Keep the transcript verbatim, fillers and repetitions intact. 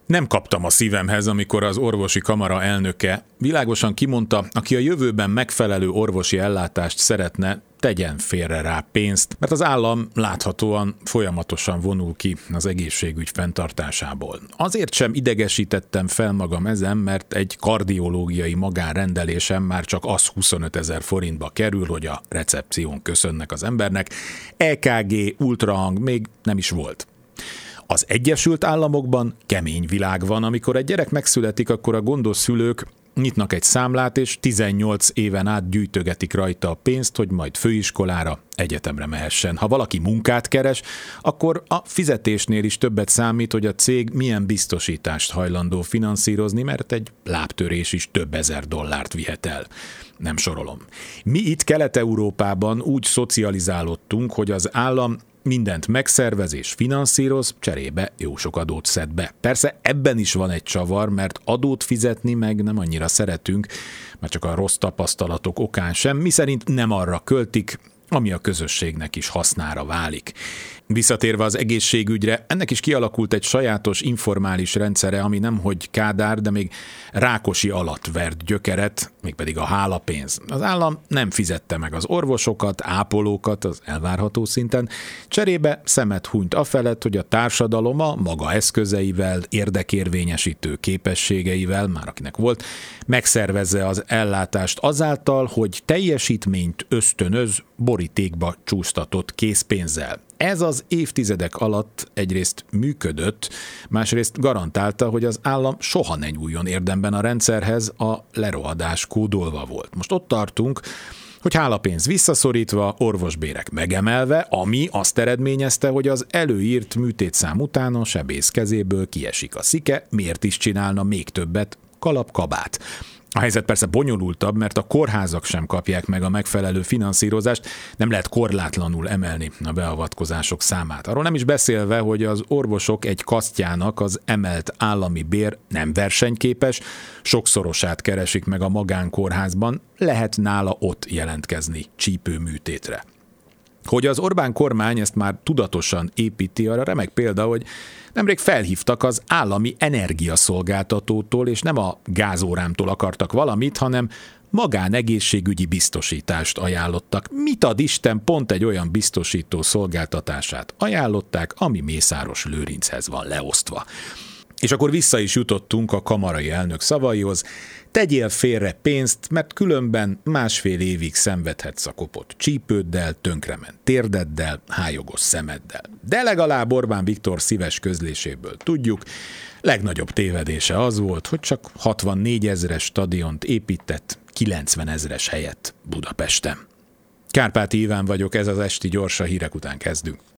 Nem kaptam a szívemhez, amikor az orvosi kamara elnöke világosan kimondta, aki a jövőben megfelelő orvosi ellátást szeretne, tegyen félre rá pénzt, mert az állam láthatóan folyamatosan vonul ki az egészségügy fenntartásából. Azért sem idegesítettem fel magam ezen, mert egy kardiológiai magánrendelésem már csak az huszonöt ezer forintba kerül, hogy a recepción köszönnek az embernek. é ká gé, ultrahang még nem is volt. Az Egyesült Államokban kemény világ van, amikor egy gyerek megszületik, akkor a gondos szülők nyitnak egy számlát, és tizennyolc éven át gyűjtögetik rajta a pénzt, hogy majd főiskolára, egyetemre mehessen. Ha valaki munkát keres, akkor a fizetésnél is többet számít, hogy a cég milyen biztosítást hajlandó finanszírozni, mert egy lábtörés is több ezer dollárt vihet el. Nem sorolom. Mi itt Kelet-Európában úgy szocializálódtunk, hogy az állam mindent megszervez és finanszíroz, cserébe jó sok adót szed be. Persze ebben is van egy csavar, mert adót fizetni meg nem annyira szeretünk, már csak a rossz tapasztalatok okán sem, miszerint nem arra költik, ami a közösségnek is hasznára válik. Visszatérve az egészségügyre, ennek is kialakult egy sajátos informális rendszere, ami nemhogy Kádár, de még Rákosi alatt vert gyökeret, mégpedig a hálapénz. Az állam nem fizette meg az orvosokat, ápolókat az elvárható szinten, cserébe szemet hunyt afelett, hogy a társadalom a maga eszközeivel, érdekérvényesítő képességeivel, már akinek volt, megszervezze az ellátást azáltal, hogy teljesítményt ösztönöz borítékba csúsztatott készpénzzel. Ez az évtizedek alatt egyrészt működött, másrészt garantálta, hogy az állam soha ne nyúljon érdemben a rendszerhez, a lerohadás kódolva volt. Most ott tartunk, hogy hálapénz visszaszorítva, orvosbérek megemelve, ami azt eredményezte, hogy az előírt műtétszám után a sebész kezéből kiesik a szike, miért is csinálna még többet, kalap-kabát. A helyzet persze bonyolultabb, mert a kórházak sem kapják meg a megfelelő finanszírozást, nem lehet korlátlanul emelni a beavatkozások számát. Arról nem is beszélve, hogy az orvosok egy kasztjának az emelt állami bér nem versenyképes, sokszorosát keresik meg a magánkórházban, lehet nála ott jelentkezni csípőműtétre. Hogy az Orbán kormány ezt már tudatosan építi, arra remek példa, hogy nemrég felhívtak az állami energiaszolgáltatótól, és nem a gázórámtól akartak valamit, hanem magánegészségügyi biztosítást ajánlottak. Mit ad Isten, pont egy olyan biztosító szolgáltatását ajánlották, ami Mészáros Lőrinchez van leosztva. És akkor vissza is jutottunk a kamarai elnök szavaihoz, tegyél félre pénzt, mert különben másfél évig szenvedhetsz a kopott csípőddel, tönkrement térdeddel, hájogos szemeddel. De legalább Orbán Viktor szíves közléséből tudjuk, legnagyobb tévedése az volt, hogy csak hatvannégy ezres stadiont épített kilencven ezres helyett Budapesten. Kárpáti Iván vagyok, ez az esti Gyors, a hírek után kezdünk.